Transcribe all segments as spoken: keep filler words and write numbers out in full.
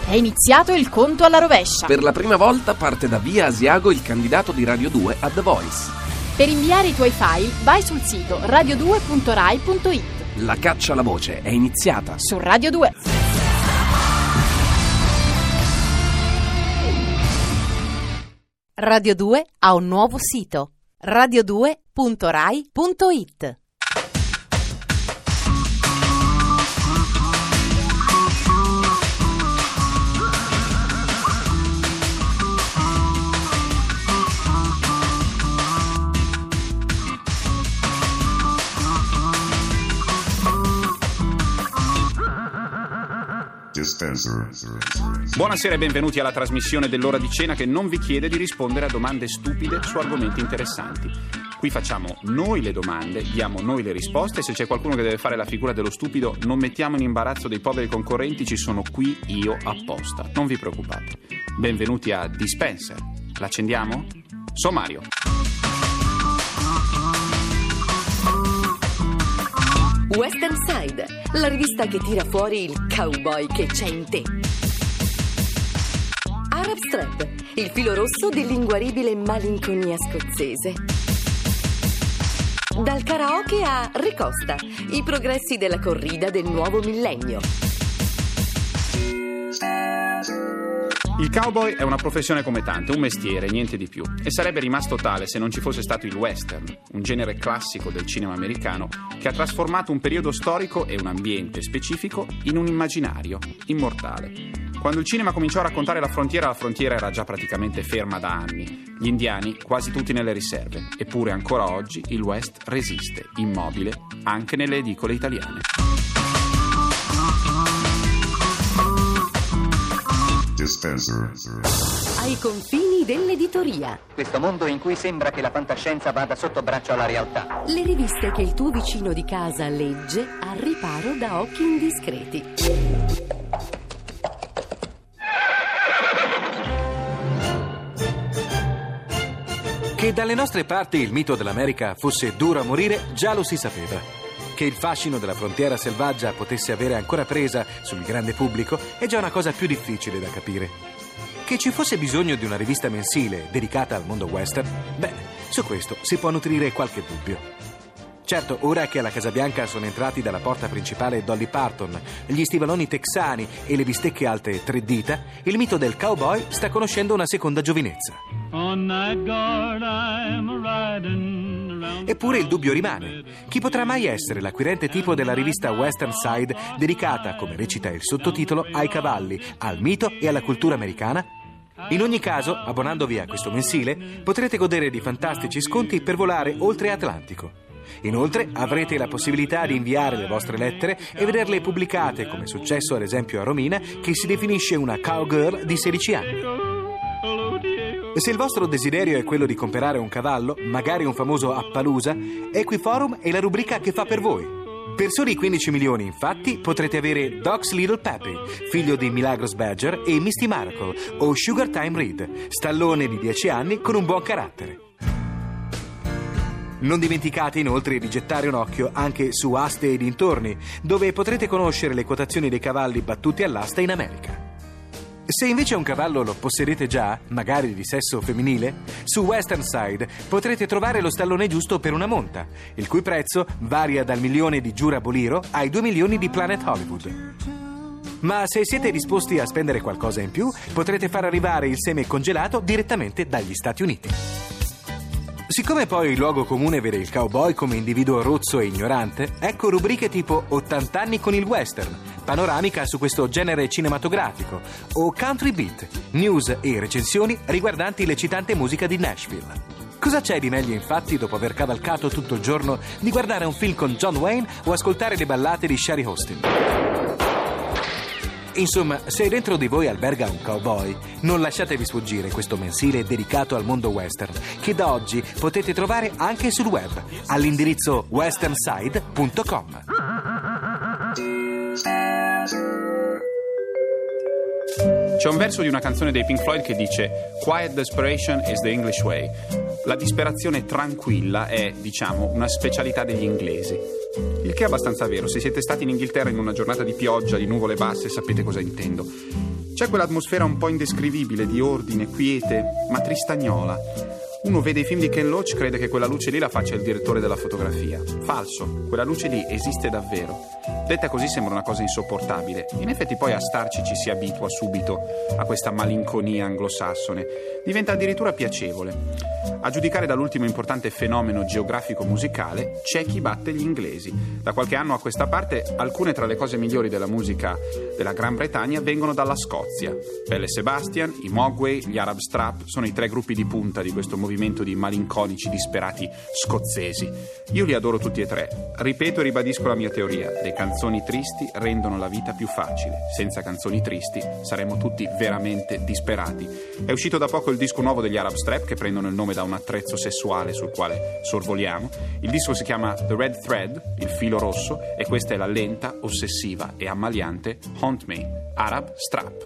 È iniziato il conto alla rovescia. Per la prima volta parte da Via Asiago il candidato di Radio due a The Voice. Per inviare i tuoi file vai sul sito radio due punto rai punto it. La caccia alla voce è iniziata Su Radio due. Radio due ha un nuovo sito, radio due punto rai punto it. Buonasera e benvenuti alla trasmissione dell'ora di cena che non vi chiede di rispondere a domande stupide su argomenti interessanti. Qui facciamo noi le domande, diamo noi le risposte e se c'è qualcuno che deve fare la figura dello stupido non mettiamo in imbarazzo dei poveri concorrenti, ci sono qui io apposta. Non vi preoccupate. Benvenuti a Dispenser. L'accendiamo? Sommario. Western Side, la rivista che tira fuori il cowboy che c'è in te. Arab Strap, il filo rosso dell'inguaribile malinconia scozzese. Dal karaoke a Ricosta, i progressi della corrida del nuovo millennio. Il cowboy è una professione come tante, un mestiere, niente di più. E sarebbe rimasto tale se non ci fosse stato il western, un genere classico del cinema americano che ha trasformato un periodo storico e un ambiente specifico in un immaginario immortale. Quando il cinema cominciò a raccontare la frontiera, la frontiera era già praticamente ferma da anni. Gli indiani quasi tutti nelle riserve. Eppure ancora oggi il West resiste, immobile, anche nelle edicole italiane. Ai confini dell'editoria. Questo mondo in cui sembra che la fantascienza vada sotto braccio alla realtà. Le riviste che il tuo vicino di casa legge al riparo da occhi indiscreti. Che dalle nostre parti il mito dell'America fosse duro a morire già lo si sapeva. Che il fascino della frontiera selvaggia potesse avere ancora presa sul grande pubblico è già una cosa più difficile da capire. Che ci fosse bisogno di una rivista mensile dedicata al mondo western, beh, su questo si può nutrire qualche dubbio. Certo, ora che alla Casa Bianca sono entrati dalla porta principale Dolly Parton, gli stivaloni texani e le bistecche alte tre dita, il mito del cowboy sta conoscendo una seconda giovinezza. Eppure il dubbio rimane. Chi potrà mai essere l'acquirente tipo della rivista Western Side dedicata, come recita il sottotitolo, ai cavalli, al mito e alla cultura americana? In ogni caso, abbonandovi a questo mensile, potrete godere di fantastici sconti per volare oltre Atlantico. Inoltre avrete la possibilità di inviare le vostre lettere e vederle pubblicate, come è successo ad esempio a Romina, che si definisce una cowgirl di sedici anni. Se il vostro desiderio è quello di comprare un cavallo, magari un famoso Appaloosa, Equiforum è la rubrica che fa per voi. Per soli quindici milioni, infatti, potrete avere Doc's Little Pappy, figlio di Milagros Badger e Misty Miracle, o Sugar Time Reed, stallone di dieci anni con un buon carattere. Non dimenticate inoltre di gettare un occhio anche su Aste e dintorni, dove potrete conoscere le quotazioni dei cavalli battuti all'asta in America. Se invece un cavallo lo possedete già, magari di sesso femminile, su Western Side potrete trovare lo stallone giusto per una monta, il cui prezzo varia dal milione di Giura Boliro ai due milioni di Planet Hollywood. Ma se siete disposti a spendere qualcosa in più, potrete far arrivare il seme congelato direttamente dagli Stati Uniti. Siccome poi il luogo comune vede il cowboy come individuo rozzo e ignorante, ecco rubriche tipo ottanta anni con il western, panoramica su questo genere cinematografico, o Country Beat, news e recensioni riguardanti l'eccitante musica di Nashville. Cosa c'è di meglio infatti, dopo aver cavalcato tutto il giorno, di guardare un film con John Wayne o ascoltare le ballate di Sherry Austin? Insomma, se dentro di voi alberga un cowboy, non lasciatevi sfuggire questo mensile dedicato al mondo western, che da oggi potete trovare anche sul web, all'indirizzo western side punto com. C'è un verso di una canzone dei Pink Floyd che dice "Quiet desperation is the English way". La disperazione tranquilla è, diciamo, una specialità degli inglesi. Il che è abbastanza vero. Se siete stati in Inghilterra in una giornata di pioggia, di nuvole basse, sapete cosa intendo. C'è quell'atmosfera un po' indescrivibile di ordine, quiete, ma tristagnola. Uno vede i film di Ken Loach, crede che quella luce lì la faccia il direttore della fotografia. Falso, quella luce lì esiste davvero. Detta così sembra una cosa insopportabile. In effetti poi a starci ci si abitua subito a questa malinconia anglosassone. Diventa addirittura piacevole. A giudicare dall'ultimo importante fenomeno geografico musicale, c'è chi batte gli inglesi. Da qualche anno a questa parte, alcune tra le cose migliori della musica della Gran Bretagna vengono dalla Scozia. Belle Sebastian, i Mogwai, gli Arab Strap sono i tre gruppi di punta di questo movimento di malinconici disperati scozzesi. Io li adoro tutti e tre. Ripeto e ribadisco la mia teoria: le canzoni tristi rendono la vita più facile. Senza canzoni tristi saremmo tutti veramente disperati. È uscito da poco il disco nuovo degli Arab Strap, che prendono il nome da un attrezzo sessuale sul quale sorvoliamo. Il disco si chiama The Red Thread, il filo rosso, e questa è la lenta, ossessiva e ammaliante Haunt Me, Arab Strap.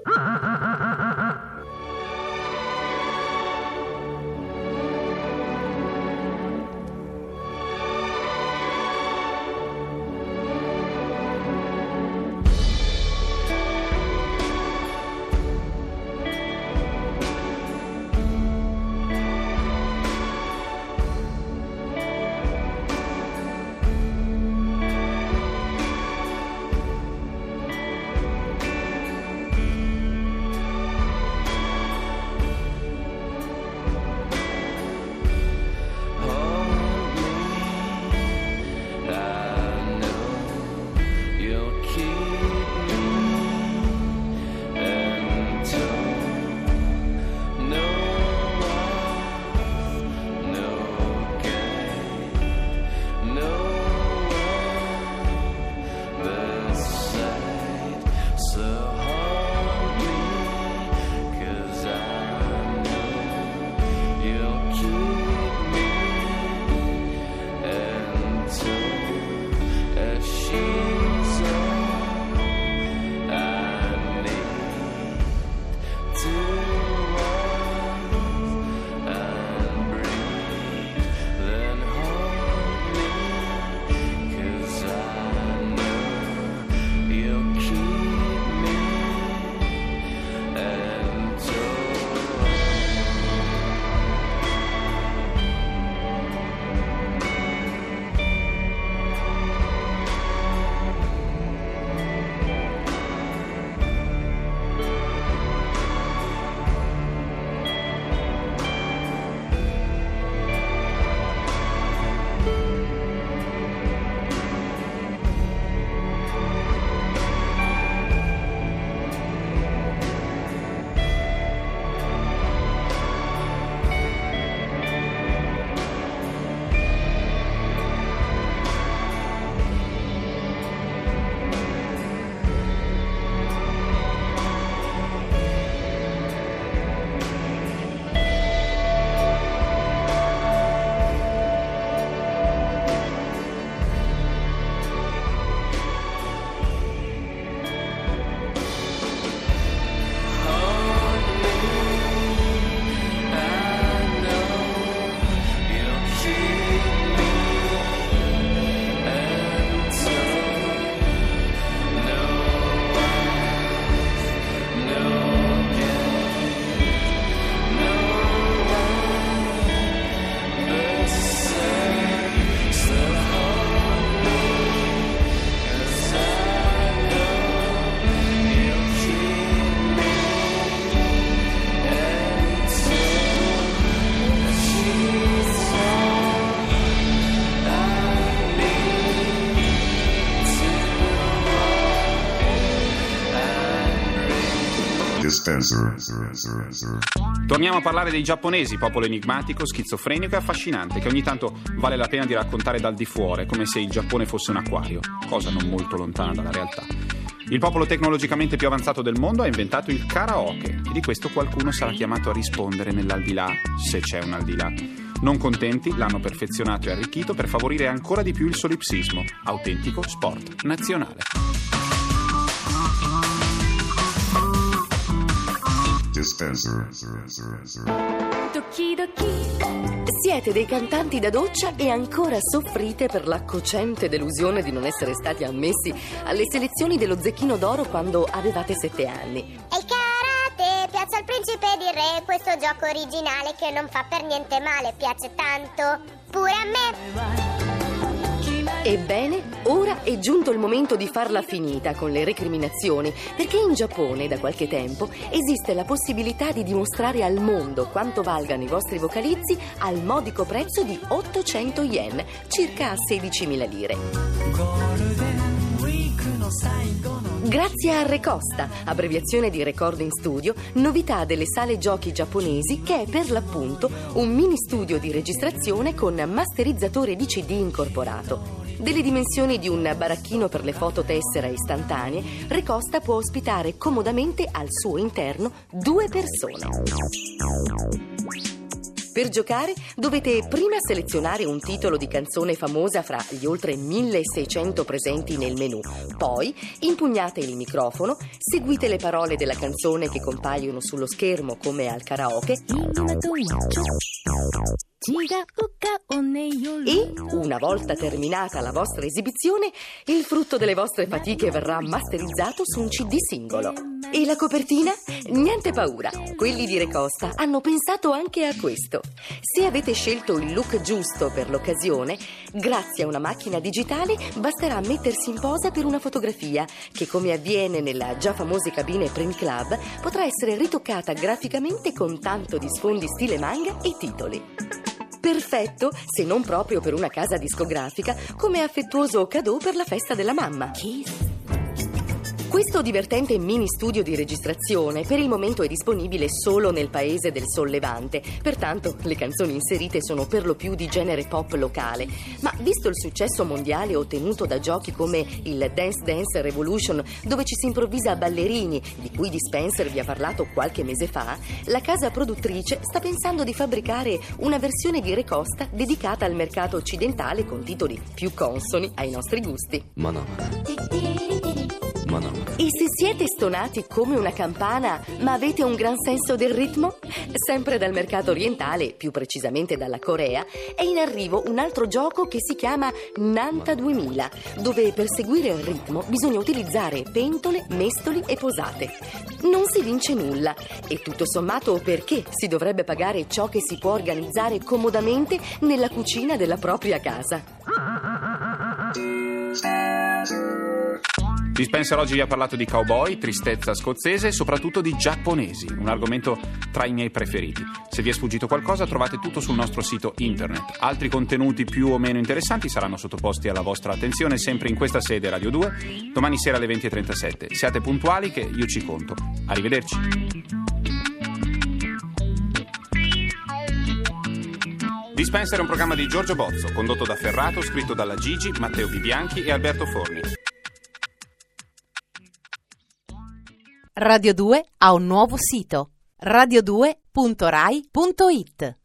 Torniamo a parlare dei giapponesi, popolo enigmatico, schizofrenico e affascinante, che ogni tanto vale la pena di raccontare dal di fuori, come se il Giappone fosse un acquario, cosa non molto lontana dalla realtà. Il popolo tecnologicamente più avanzato del mondo ha inventato il karaoke, e di questo qualcuno sarà chiamato a rispondere nell'aldilà, se c'è un aldilà. Non contenti, l'hanno perfezionato e arricchito per favorire ancora di più il solipsismo, autentico sport nazionale. Siete dei cantanti da doccia e ancora soffrite per la cocente delusione di non essere stati ammessi alle selezioni dello Zecchino d'Oro quando avevate sette anni. E il il principe ed il re, questo gioco originale che non fa per niente male, piace tanto pure a me. Ebbene, ora è giunto il momento di farla finita con le recriminazioni, perché in Giappone da qualche tempo esiste la possibilità di dimostrare al mondo quanto valgano i vostri vocalizzi al modico prezzo di ottocento yen, circa sedicimila lire. Grazie a Recosta, abbreviazione di Recording Studio, novità delle sale giochi giapponesi, che è per l'appunto un mini studio di registrazione con masterizzatore di C D incorporato. Delle dimensioni di un baracchino per le foto tessera istantanee, Recosta può ospitare comodamente al suo interno due persone. Per giocare dovete prima selezionare un titolo di canzone famosa fra gli oltre milleseicento presenti nel menu. Poi impugnate il microfono, seguite le parole della canzone che compaiono sullo schermo come al karaoke e, una volta terminata la vostra esibizione, il frutto delle vostre fatiche verrà masterizzato su un C D singolo. E la copertina? Niente paura, quelli di Recosta hanno pensato anche a questo. Se avete scelto il look giusto per l'occasione, grazie a una macchina digitale basterà mettersi in posa per una fotografia che, come avviene nella già famose cabine Premi Club, potrà essere ritoccata graficamente con tanto di sfondi stile manga e titoli. Perfetto, se non proprio per una casa discografica, come affettuoso cadeau per la festa della mamma. Questo divertente mini studio di registrazione per il momento è disponibile solo nel paese del Sol Levante, pertanto le canzoni inserite sono per lo più di genere pop locale. Ma visto il successo mondiale ottenuto da giochi come il Dance Dance Revolution, dove ci si improvvisa ballerini, di cui Dispenser vi ha parlato qualche mese fa, la casa produttrice sta pensando di fabbricare una versione di Recosta dedicata al mercato occidentale con titoli più consoni ai nostri gusti. Ma no. E se siete stonati come una campana, ma avete un gran senso del ritmo? Sempre dal mercato orientale, più precisamente dalla Corea, è in arrivo un altro gioco che si chiama Nanta duemila, dove per seguire il ritmo bisogna utilizzare pentole, mestoli e posate. Non si vince nulla, e tutto sommato perché si dovrebbe pagare ciò che si può organizzare comodamente nella cucina della propria casa? Dispenser oggi vi ha parlato di cowboy, tristezza scozzese e soprattutto di giapponesi, un argomento tra i miei preferiti. Se vi è sfuggito qualcosa trovate tutto sul nostro sito internet. Altri contenuti più o meno interessanti saranno sottoposti alla vostra attenzione sempre in questa sede Radio due, domani sera alle venti e trentasette. Siate puntuali che io ci conto. Arrivederci. Dispenser è un programma di Giorgio Bozzo, condotto da Ferrato, scritto dalla Gigi, Matteo Bibianchi e Alberto Forni. Radio due ha un nuovo sito, radio due punto rai punto it.